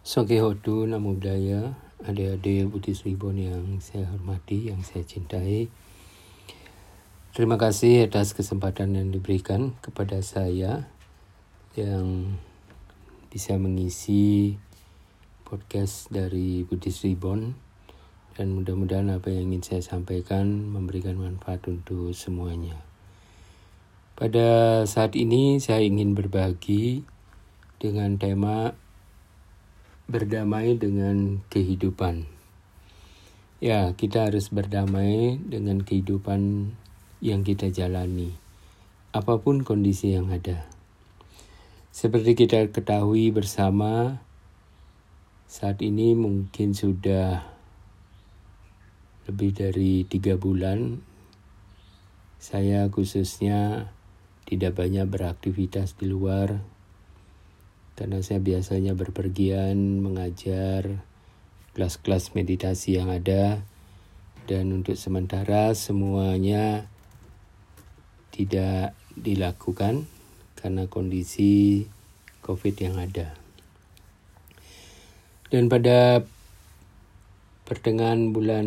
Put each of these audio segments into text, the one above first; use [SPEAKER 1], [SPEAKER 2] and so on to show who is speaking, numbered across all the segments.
[SPEAKER 1] Sogehotu, Namo Buddhaya, adik-adik Buddhis Reborn yang saya hormati, yang saya cintai. Terima kasih atas kesempatan yang diberikan kepada saya yang bisa mengisi podcast dari Buddhis Reborn, dan mudah-mudahan apa yang ingin saya sampaikan memberikan manfaat untuk semuanya. Pada saat ini saya ingin berbagi dengan tema berdamai dengan kehidupan. Ya, kita harus berdamai dengan kehidupan yang kita jalani, apapun kondisi yang ada. Seperti kita ketahui bersama, saat ini mungkin sudah lebih dari 3 bulan, saya khususnya tidak banyak beraktivitas di luar, karena saya biasanya berpergian mengajar kelas-kelas meditasi yang ada, dan untuk sementara semuanya tidak dilakukan karena kondisi COVID yang ada. Dan pada pertengahan bulan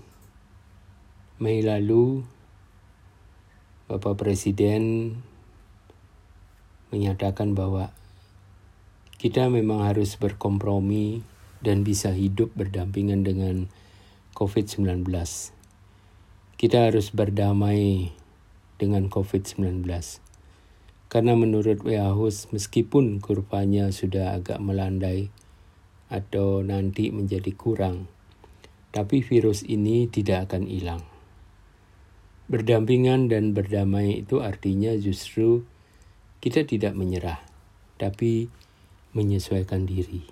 [SPEAKER 1] Mei lalu, Bapak Presiden menyatakan bahwa kita memang harus berkompromi dan bisa hidup berdampingan dengan COVID-19. Kita harus berdamai dengan COVID-19. Karena menurut WHO, meskipun kurvanya sudah agak melandai atau nanti menjadi kurang, tapi virus ini tidak akan hilang. Berdampingan dan berdamai itu artinya justru kita tidak menyerah, tapi menyesuaikan diri.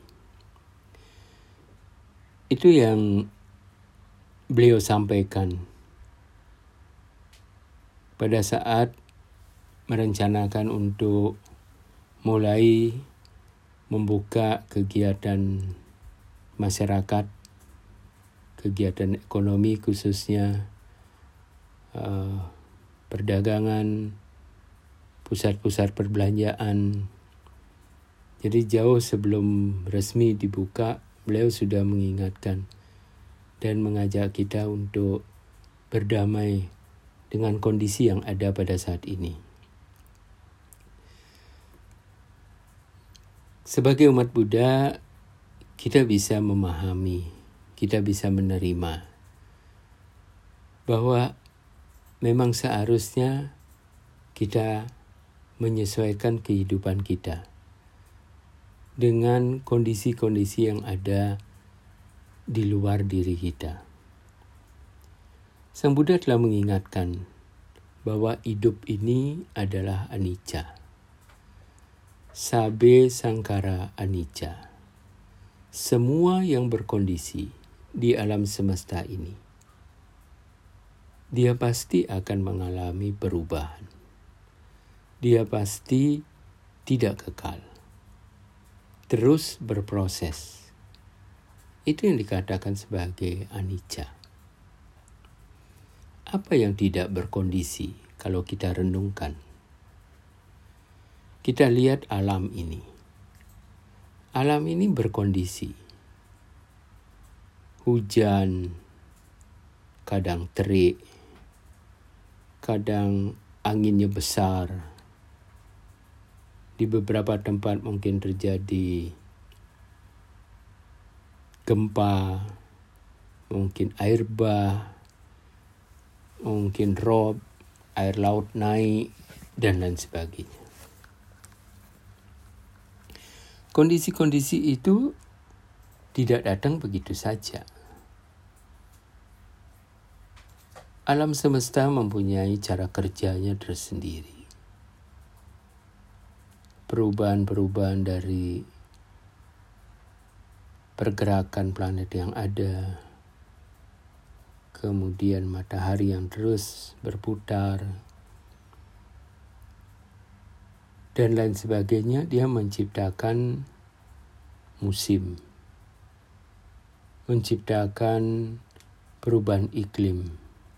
[SPEAKER 1] Itu yang beliau sampaikan pada saat merencanakan untuk mulai membuka kegiatan masyarakat, kegiatan ekonomi khususnya perdagangan, pusat-pusat perbelanjaan. Jadi jauh sebelum resmi dibuka, beliau sudah mengingatkan dan mengajak kita untuk berdamai dengan kondisi yang ada pada saat ini. Sebagai umat Buddha, kita bisa memahami, kita bisa menerima bahwa memang seharusnya kita menyesuaikan kehidupan kita dengan kondisi-kondisi yang ada di luar diri kita. Sang Buddha telah mengingatkan bahwa hidup ini adalah anicca. Sabe sangkara anicca. Semua yang berkondisi di alam semesta ini, dia pasti akan mengalami perubahan. Dia pasti tidak kekal, terus berproses. Itu yang dikatakan sebagai anicca. Apa yang tidak berkondisi kalau kita renungkan? Kita lihat alam ini. Alam ini berkondisi. Hujan, kadang terik, kadang anginnya besar. Di beberapa tempat mungkin terjadi gempa, mungkin air bah, mungkin rob, air laut naik, dan lain sebagainya. Kondisi-kondisi itu tidak datang begitu saja. Alam semesta mempunyai cara kerjanya tersendiri. Perubahan-perubahan dari pergerakan planet yang ada, kemudian matahari yang terus berputar, dan lain sebagainya. Dia menciptakan musim, menciptakan perubahan iklim,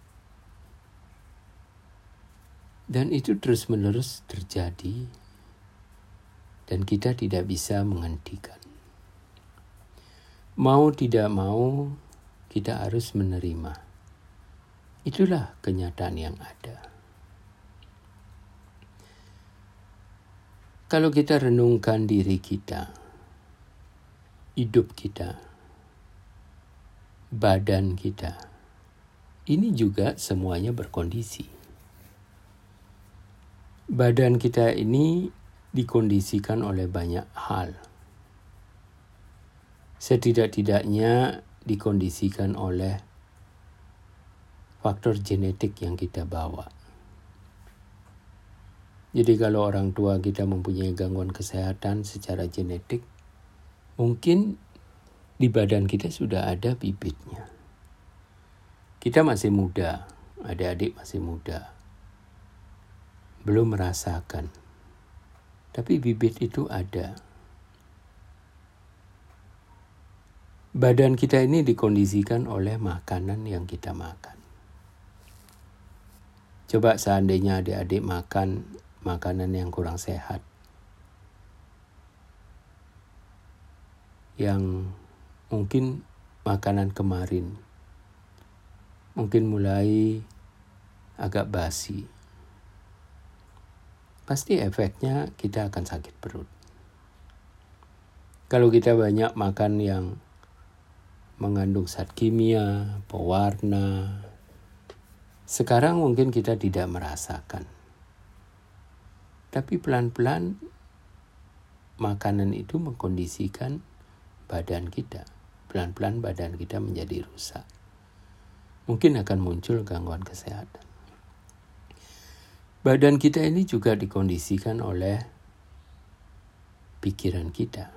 [SPEAKER 1] dan itu terus-menerus terjadi, dan kita tidak bisa menghentikan. Mau tidak mau, kita harus menerima. Itulah kenyataan yang ada. Kalau kita renungkan diri kita, hidup kita, badan kita, ini juga semuanya berkondisi. Badan kita ini dikondisikan oleh banyak hal. Setidak-tidaknya dikondisikan oleh faktor genetik yang kita bawa. Jadi kalau orang tua kita mempunyai gangguan kesehatan secara genetik, mungkin di badan kita sudah ada bibitnya. Kita masih muda, adik-adik masih muda, belum merasakan. Tapi bibit itu ada. Badan kita ini dikondisikan oleh makanan yang kita makan. Coba seandainya adik-adik makan makanan yang kurang sehat, yang mungkin makanan kemarin, mungkin mulai agak basi, pasti efeknya kita akan sakit perut. Kalau kita banyak makan yang mengandung zat kimia, pewarna, sekarang mungkin kita tidak merasakan. Tapi pelan-pelan makanan itu mengkondisikan badan kita. Pelan-pelan badan kita menjadi rusak. Mungkin akan muncul gangguan kesehatan. Badan kita ini juga dikondisikan oleh pikiran kita.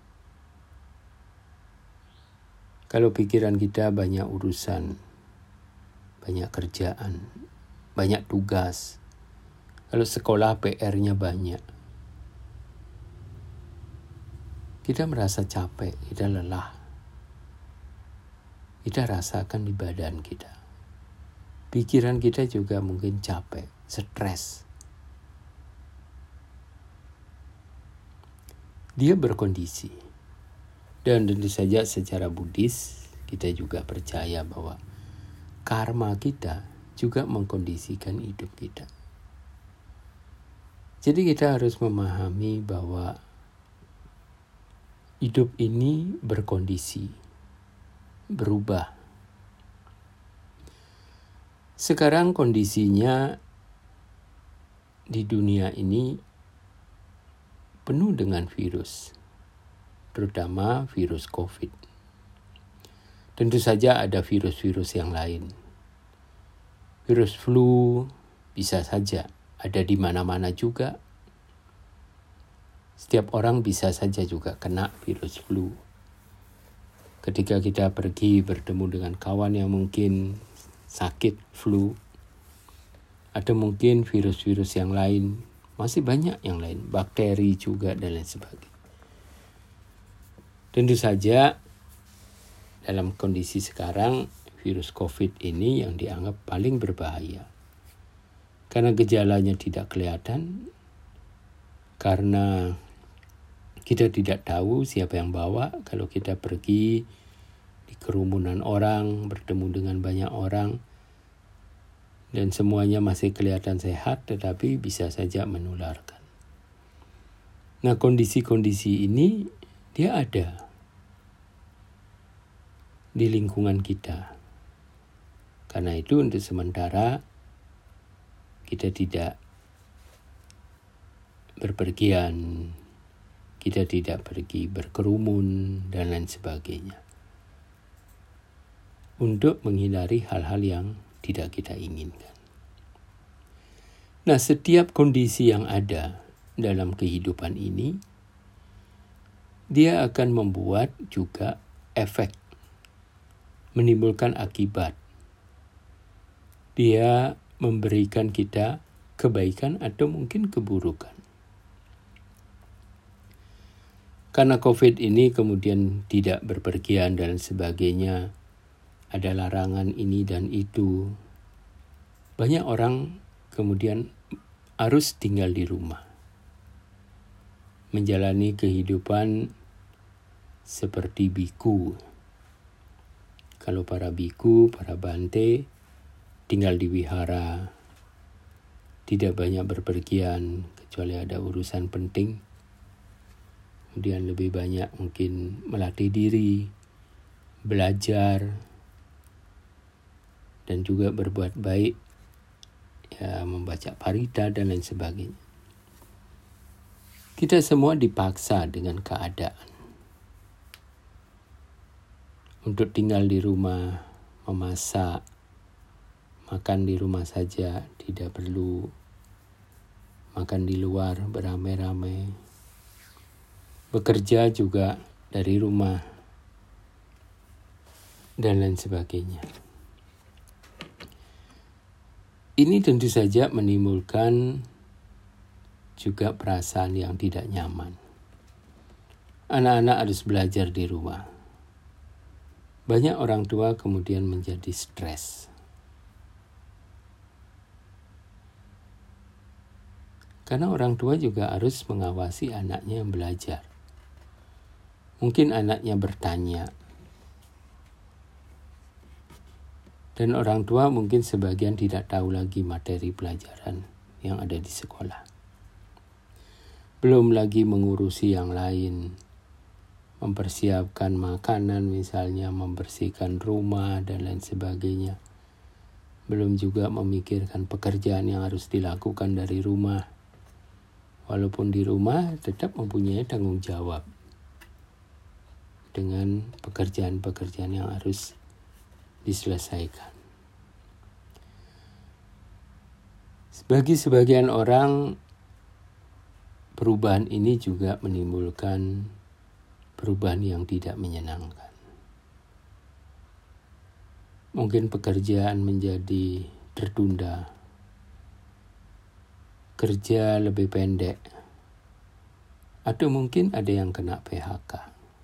[SPEAKER 1] Kalau pikiran kita banyak urusan, banyak kerjaan, banyak tugas. Kalau sekolah PR-nya banyak. Kita merasa capek, kita lelah. Kita rasakan di badan kita. Pikiran kita juga mungkin capek, stres. Dia berkondisi. Dan tentu saja secara Buddhis kita juga percaya bahwa karma kita juga mengkondisikan hidup kita. Jadi kita harus memahami bahwa hidup ini berkondisi, berubah. Sekarang kondisinya di dunia ini penuh dengan virus, terutama virus COVID. Tentu saja ada virus-virus yang lain. Virus flu bisa saja ada di mana-mana juga. Setiap orang bisa saja juga kena virus flu. Ketika kita pergi bertemu dengan kawan yang mungkin sakit flu, ada mungkin virus-virus yang lain, masih banyak yang lain, bakteri juga dan lain sebagainya. Tentu saja dalam kondisi sekarang virus COVID ini yang dianggap paling berbahaya. Karena gejalanya tidak kelihatan, karena kita tidak tahu siapa yang bawa. Kalau kita pergi di kerumunan orang, bertemu dengan banyak orang, dan semuanya masih kelihatan sehat, tetapi bisa saja menularkan. Nah, kondisi-kondisi ini dia ada di lingkungan kita. Karena itu untuk sementara kita tidak berpergian, kita tidak pergi berkerumun dan lain sebagainya. Untuk menghindari hal-hal yang tidak kita inginkan. Nah, setiap kondisi yang ada dalam kehidupan ini, dia akan membuat juga efek, menimbulkan akibat. Dia memberikan kita kebaikan atau mungkin keburukan. Karena COVID ini kemudian tidak berpergian dan sebagainya, ada larangan ini dan itu. Banyak orang kemudian harus tinggal di rumah, menjalani kehidupan seperti biku, Kalau para biku, para bante tinggal di wihara, tidak banyak berpergian kecuali ada urusan penting. Kemudian lebih banyak mungkin melatih diri, belajar, dan juga berbuat baik, ya, membaca parita dan lain sebagainya. Kita semua dipaksa dengan keadaan untuk tinggal di rumah, memasak, makan di rumah saja, tidak perlu makan di luar beramai-ramai. Bekerja juga dari rumah, dan lain sebagainya. Ini tentu saja menimbulkan juga perasaan yang tidak nyaman. Anak-anak harus belajar di rumah. Banyak orang tua kemudian menjadi stres. Karena orang tua juga harus mengawasi anaknya yang belajar. Mungkin anaknya bertanya. Dan orang tua mungkin sebagian tidak tahu lagi materi pelajaran yang ada di sekolah. Belum lagi mengurusi yang lain. Mempersiapkan makanan misalnya, membersihkan rumah dan lain sebagainya. Belum juga memikirkan pekerjaan yang harus dilakukan dari rumah. Walaupun di rumah tetap mempunyai tanggung jawab dengan pekerjaan-pekerjaan yang harus diselesaikan. Bagi sebagian orang, perubahan ini juga menimbulkan perubahan yang tidak menyenangkan. Mungkin pekerjaan menjadi tertunda, kerja lebih pendek, atau mungkin ada yang kena PHK.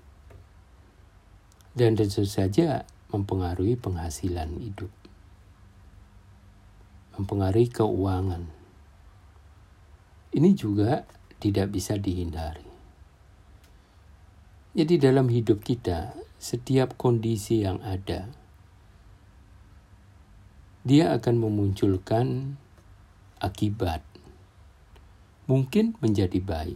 [SPEAKER 1] Dan tentu saja mempengaruhi penghasilan hidup, mempengaruhi keuangan. Ini juga tidak bisa dihindari. Jadi dalam hidup kita, setiap kondisi yang ada, dia akan memunculkan akibat. Mungkin menjadi baik.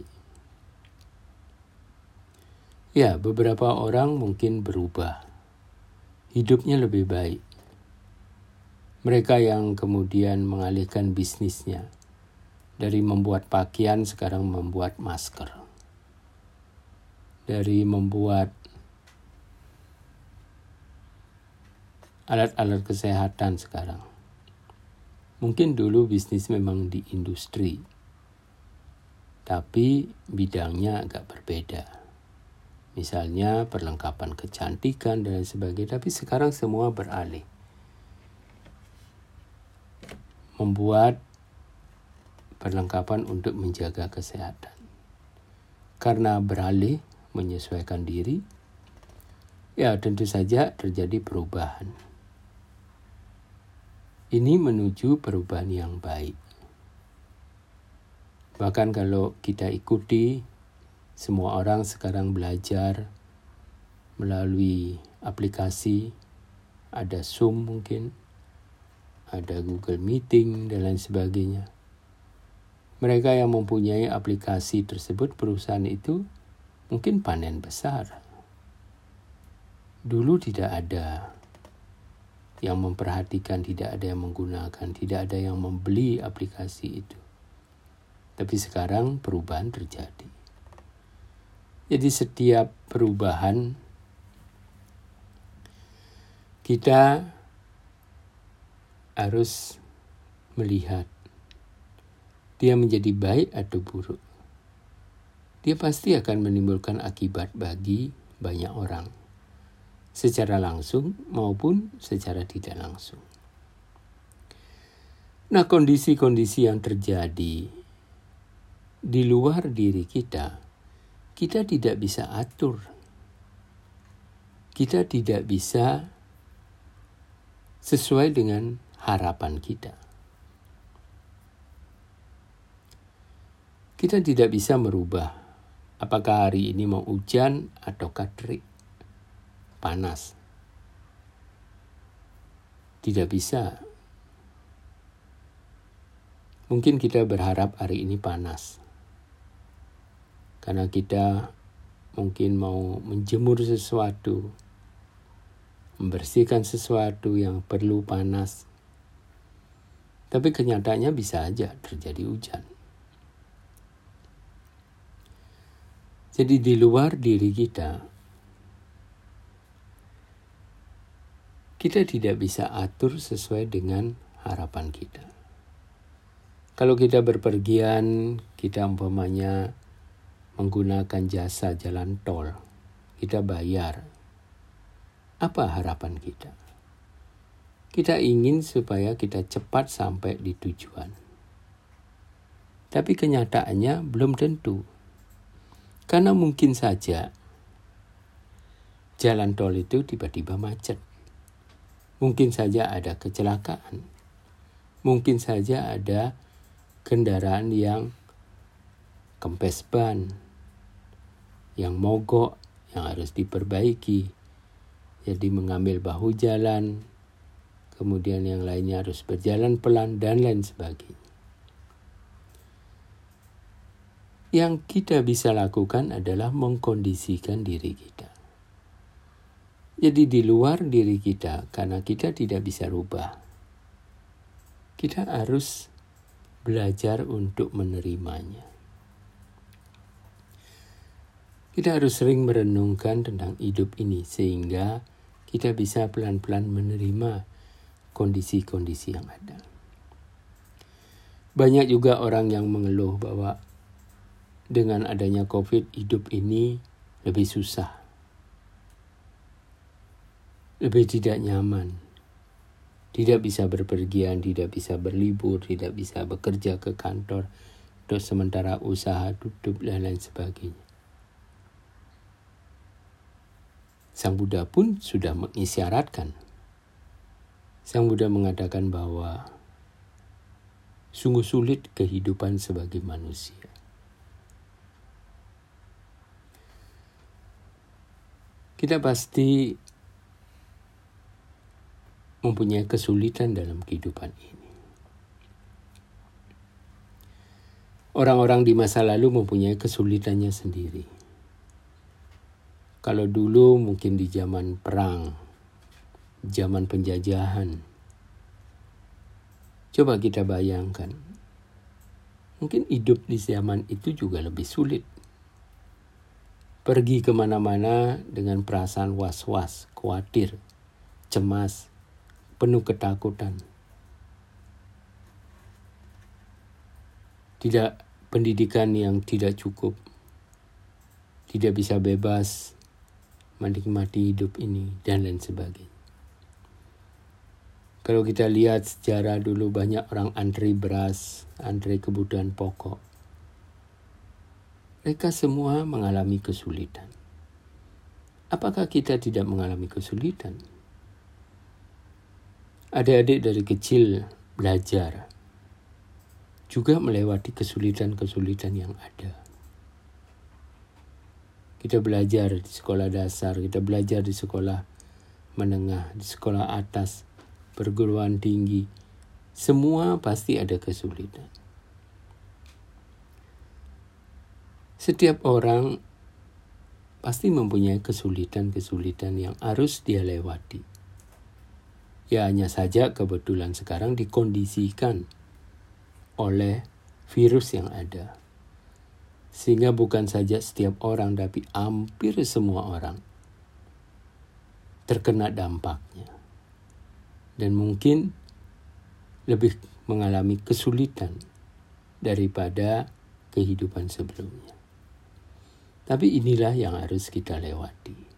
[SPEAKER 1] Ya, beberapa orang mungkin berubah. Hidupnya lebih baik. Mereka yang kemudian mengalihkan bisnisnya. Dari membuat pakaian sekarang membuat masker. Dari membuat alat-alat kesehatan sekarang. Mungkin dulu bisnis memang di industri, tapi bidangnya agak berbeda. Misalnya perlengkapan kecantikan dan lain sebagainya, tapi sekarang semua beralih. Membuat perlengkapan untuk menjaga kesehatan. Karena beralih, menyesuaikan diri, ya tentu saja terjadi perubahan. Ini menuju perubahan yang baik. Bahkan kalau kita ikuti, semua orang sekarang belajar melalui aplikasi, ada Zoom mungkin, ada Google Meeting dan lain sebagainya. Mereka yang mempunyai aplikasi tersebut, perusahaan itu mungkin panen besar. Dulu tidak ada yang memperhatikan, tidak ada yang menggunakan, tidak ada yang membeli aplikasi itu. Tapi sekarang perubahan terjadi. Jadi setiap perubahan kita harus melihat dia menjadi baik atau buruk. Dia pasti akan menimbulkan akibat bagi banyak orang, secara langsung maupun secara tidak langsung. Nah, kondisi-kondisi yang terjadi di luar diri kita tidak bisa atur. Kita tidak bisa sesuai dengan harapan kita. Kita tidak bisa merubah apakah hari ini mau hujan atau terik, panas. Tidak bisa. Mungkin kita berharap hari ini panas. Karena kita mungkin mau menjemur sesuatu, membersihkan sesuatu yang perlu panas. Tapi kenyataannya bisa aja terjadi hujan. Jadi di luar diri kita tidak bisa atur sesuai dengan harapan kita. Kalau kita berpergian, kita umpamanya menggunakan jasa jalan tol, kita bayar. Apa harapan kita? Kita ingin supaya kita cepat sampai di tujuan. Tapi kenyataannya belum tentu. Karena mungkin saja jalan tol itu tiba-tiba macet. Mungkin saja ada kecelakaan. Mungkin saja ada kendaraan yang kempes ban, yang mogok, yang harus diperbaiki. Jadi mengambil bahu jalan, kemudian yang lainnya harus berjalan pelan dan lain sebagainya. Yang kita bisa lakukan adalah mengkondisikan diri kita. Jadi di luar diri kita, karena kita tidak bisa rubah, kita harus belajar untuk menerimanya. Kita harus sering merenungkan tentang hidup ini sehingga kita bisa pelan-pelan menerima kondisi-kondisi yang ada. Banyak juga orang yang mengeluh bahwa dengan adanya COVID hidup ini lebih susah, lebih tidak nyaman. Tidak bisa berpergian, tidak bisa berlibur, tidak bisa bekerja ke kantor, terus sementara usaha tutup dan lain sebagainya. Sang Buddha pun sudah mengisyaratkan. Sang Buddha mengatakan bahwa sungguh sulit kehidupan sebagai manusia. Kita pasti mempunyai kesulitan dalam kehidupan ini. Orang-orang di masa lalu mempunyai kesulitannya sendiri. Kalau dulu mungkin di zaman perang, zaman penjajahan, coba kita bayangkan, mungkin hidup di zaman itu juga lebih sulit. Pergi kemana-mana dengan perasaan was-was, khawatir, cemas, penuh ketakutan. Tidak pendidikan yang tidak cukup. Tidak bisa bebas menikmati hidup ini dan lain sebagainya. Kalau kita lihat sejarah dulu banyak orang antri beras, antri kebutuhan pokok. Mereka semua mengalami kesulitan. Apakah kita tidak mengalami kesulitan? Adik-adik dari kecil belajar, juga melewati kesulitan-kesulitan yang ada. Kita belajar di sekolah dasar, kita belajar di sekolah menengah, di sekolah atas, perguruan tinggi. Semua pasti ada kesulitan. Setiap orang pasti mempunyai kesulitan-kesulitan yang harus dia lewati. Ya hanya saja kebetulan sekarang dikondisikan oleh virus yang ada. Sehingga bukan saja setiap orang tapi hampir semua orang terkena dampaknya. Dan mungkin lebih mengalami kesulitan daripada kehidupan sebelumnya. Tapi inilah yang harus kita lewati.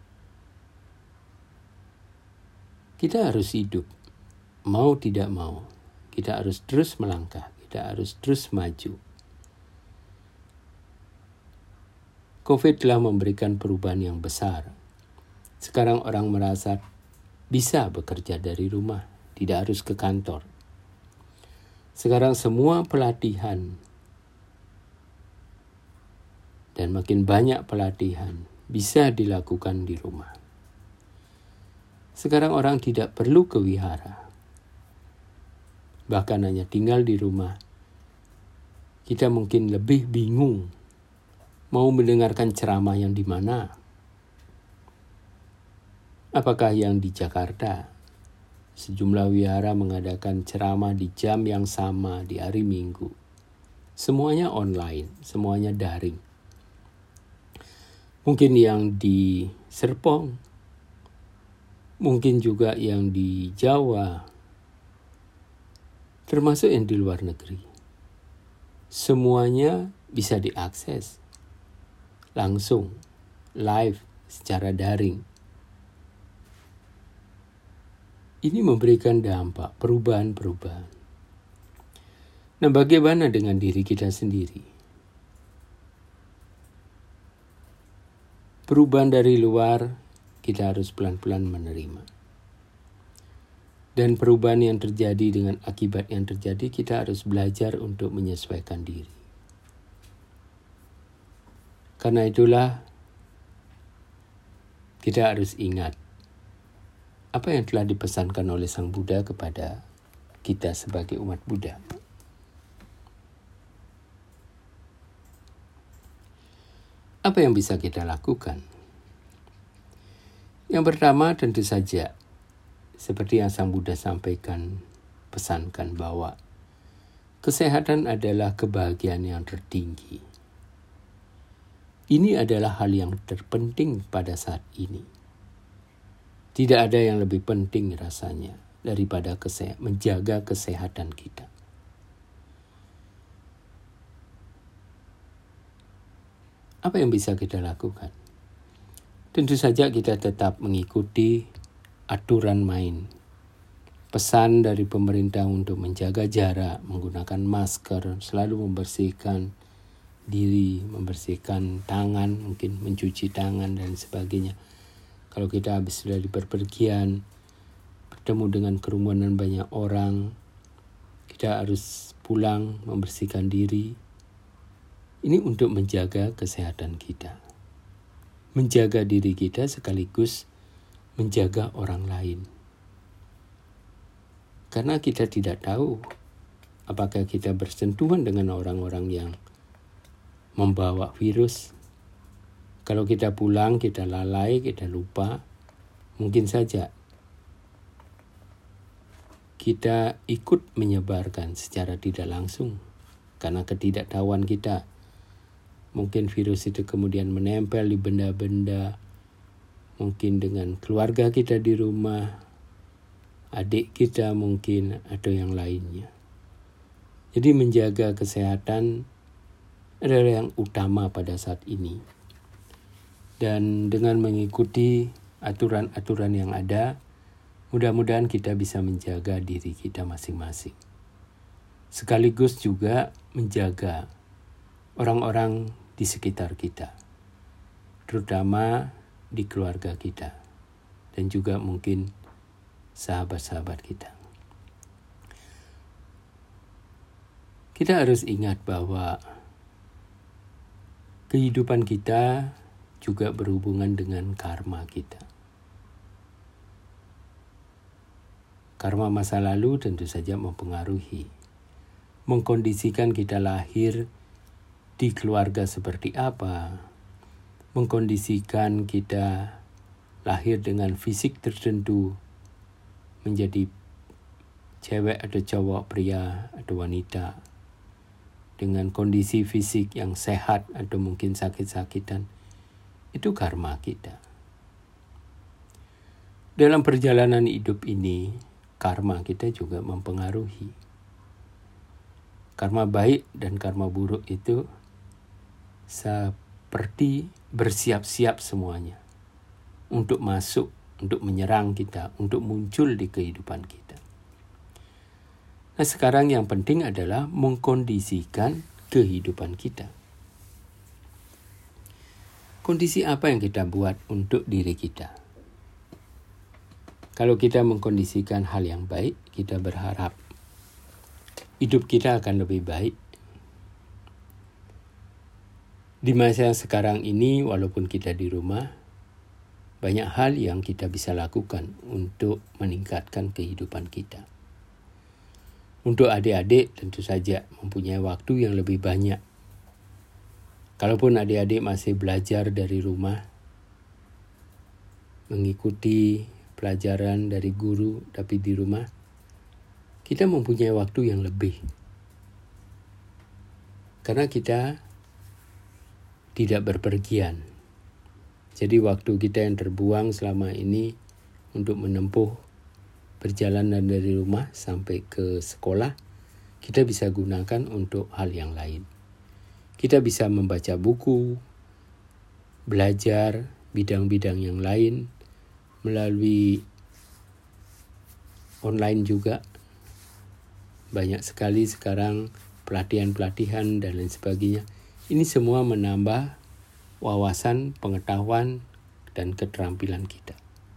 [SPEAKER 1] Kita harus hidup, mau tidak mau. Kita harus terus melangkah, kita harus terus maju. COVID telah memberikan perubahan yang besar. Sekarang orang merasa bisa bekerja dari rumah, tidak harus ke kantor. Sekarang semua pelatihan dan makin banyak pelatihan bisa dilakukan di rumah. Sekarang orang tidak perlu ke wihara. Bahkan hanya tinggal di rumah. Kita mungkin lebih bingung mau mendengarkan ceramah yang di mana. Apakah yang di Jakarta? Sejumlah wihara mengadakan ceramah di jam yang sama di hari Minggu. Semuanya online, semuanya daring. Mungkin yang di Serpong, mungkin juga yang di Jawa, termasuk yang di luar negeri. Semuanya bisa diakses langsung, live, secara daring. Ini memberikan dampak, perubahan-perubahan. Nah, bagaimana dengan diri kita sendiri? Perubahan dari luar, kita harus pelan-pelan menerima. Dan perubahan yang terjadi dengan akibat yang terjadi, kita harus belajar untuk menyesuaikan diri. Karena itulah, kita harus ingat apa yang telah dipesankan oleh Sang Buddha kepada kita sebagai umat Buddha. Apa yang bisa kita lakukan? Yang pertama tentu saja, seperti yang Sang Buddha sampaikan, pesankan bahwa kesehatan adalah kebahagiaan yang tertinggi. Ini adalah hal yang terpenting pada saat ini. Tidak ada yang lebih penting rasanya daripada menjaga kesehatan kita. Apa yang bisa kita lakukan? Tentu saja kita tetap mengikuti aturan main. Pesan dari pemerintah untuk menjaga jarak, menggunakan masker, selalu membersihkan diri, membersihkan tangan, mungkin mencuci tangan dan sebagainya. Kalau kita habis dari bepergian, bertemu dengan kerumunan banyak orang, kita harus pulang, membersihkan diri. Ini untuk menjaga kesehatan kita. Menjaga diri kita sekaligus menjaga orang lain. Karena kita tidak tahu apakah kita bersentuhan dengan orang-orang yang membawa virus. Kalau kita pulang, kita lalai, kita lupa, mungkin saja kita ikut menyebarkan secara tidak langsung karena ketidaktahuan kita. Mungkin virus itu kemudian menempel di benda-benda, mungkin dengan keluarga kita di rumah, adik kita mungkin, atau yang lainnya. Jadi menjaga kesehatan adalah yang utama pada saat ini. Dan dengan mengikuti aturan-aturan yang ada, mudah-mudahan kita bisa menjaga diri kita masing-masing. Sekaligus juga menjaga orang-orang di sekitar kita, terutama di keluarga kita, dan juga mungkin sahabat-sahabat kita. Kita harus ingat bahwa kehidupan kita juga berhubungan dengan karma kita. Karma masa lalu tentu saja mempengaruhi, mengkondisikan kita lahir di keluarga seperti apa, mengkondisikan kita lahir dengan fisik tertentu, menjadi cewek atau cowok, pria atau wanita, dengan kondisi fisik yang sehat atau mungkin sakit-sakitan. Itu karma kita. Dalam perjalanan hidup ini, karma kita juga mempengaruhi. Karma baik dan karma buruk itu seperti bersiap-siap semuanya untuk masuk, untuk menyerang kita, untuk muncul di kehidupan kita. Nah, sekarang yang penting adalah mengkondisikan kehidupan kita. Kondisi apa yang kita buat untuk diri kita? Kalau kita mengkondisikan hal yang baik, kita berharap hidup kita akan lebih baik. Di masa sekarang ini, walaupun kita di rumah, banyak hal yang kita bisa lakukan untuk meningkatkan kehidupan kita. Untuk adik-adik tentu saja mempunyai waktu yang lebih banyak. Kalaupun adik-adik masih belajar dari rumah, mengikuti pelajaran dari guru tapi di rumah, kita mempunyai waktu yang lebih. Karena kita tidak berpergian. Jadi waktu kita yang terbuang selama ini untuk menempuh perjalanan dari rumah sampai ke sekolah, kita bisa gunakan untuk hal yang lain. Kita bisa membaca buku, belajar bidang-bidang yang lain melalui online juga. Banyak sekali sekarang pelatihan-pelatihan dan lain sebagainya. Ini semua menambah wawasan, pengetahuan, dan keterampilan kita.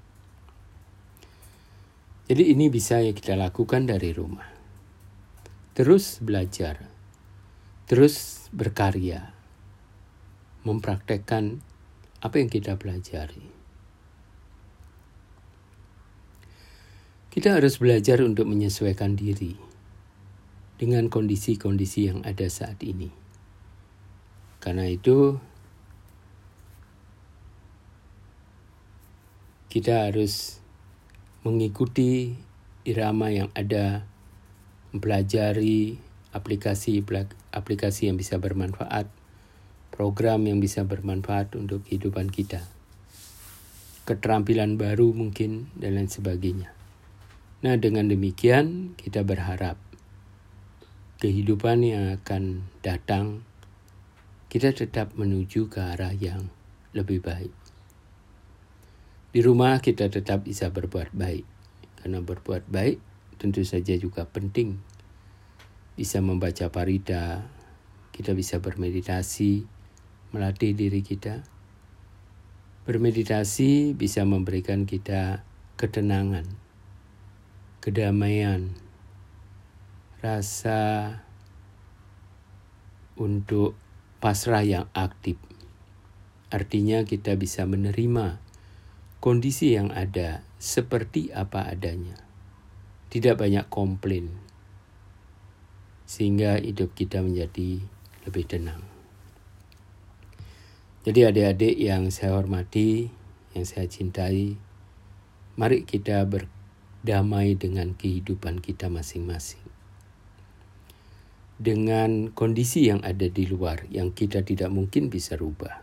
[SPEAKER 1] Jadi ini bisa yang kita lakukan dari rumah. Terus belajar, terus berkarya, mempraktekkan apa yang kita pelajari. Kita harus belajar untuk menyesuaikan diri dengan kondisi-kondisi yang ada saat ini. Karena itu, kita harus mengikuti irama yang ada, mempelajari aplikasi yang bisa bermanfaat, program yang bisa bermanfaat untuk kehidupan kita, keterampilan baru mungkin, dan lain sebagainya. Nah, dengan demikian kita berharap kehidupan yang akan datang, kita tetap menuju ke arah yang lebih baik. Di rumah kita tetap bisa berbuat baik, karena berbuat baik tentu saja juga penting. Bisa membaca parida, kita bisa bermeditasi, melatih diri kita. Bermeditasi bisa memberikan kita ketenangan, kedamaian, rasa untuk pasrah yang aktif. Artinya kita bisa menerima kondisi yang ada seperti apa adanya. Tidak banyak komplain, sehingga hidup kita menjadi lebih tenang. Jadi adik-adik yang saya hormati, yang saya cintai, mari kita berdamai dengan kehidupan kita masing-masing. Dengan kondisi yang ada di luar yang kita tidak mungkin bisa rubah.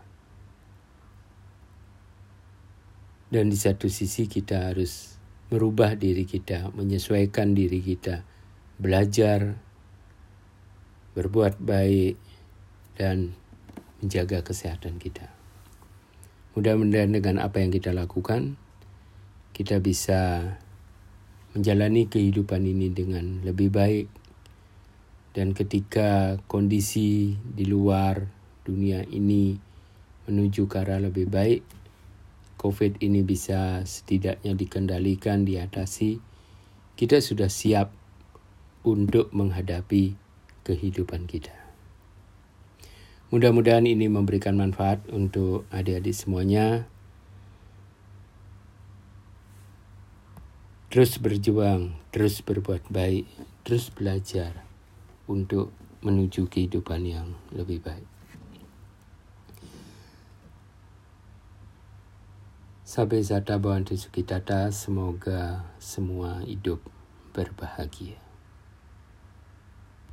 [SPEAKER 1] Dan di satu sisi kita harus merubah diri kita, menyesuaikan diri kita, belajar, berbuat baik, dan menjaga kesehatan kita. Mudah-mudahan dengan apa yang kita lakukan, kita bisa menjalani kehidupan ini dengan lebih baik. Dan ketika kondisi di luar dunia ini menuju ke arah lebih baik, COVID ini bisa setidaknya dikendalikan, diatasi, kita sudah siap untuk menghadapi kehidupan kita. Mudah-mudahan ini memberikan manfaat untuk adik-adik semuanya. Terus berjuang, terus berbuat baik, terus belajar untuk menuju kehidupan yang lebih baik. Sabbe Sata Bhavantu Sukhitata, semoga semua hidup berbahagia.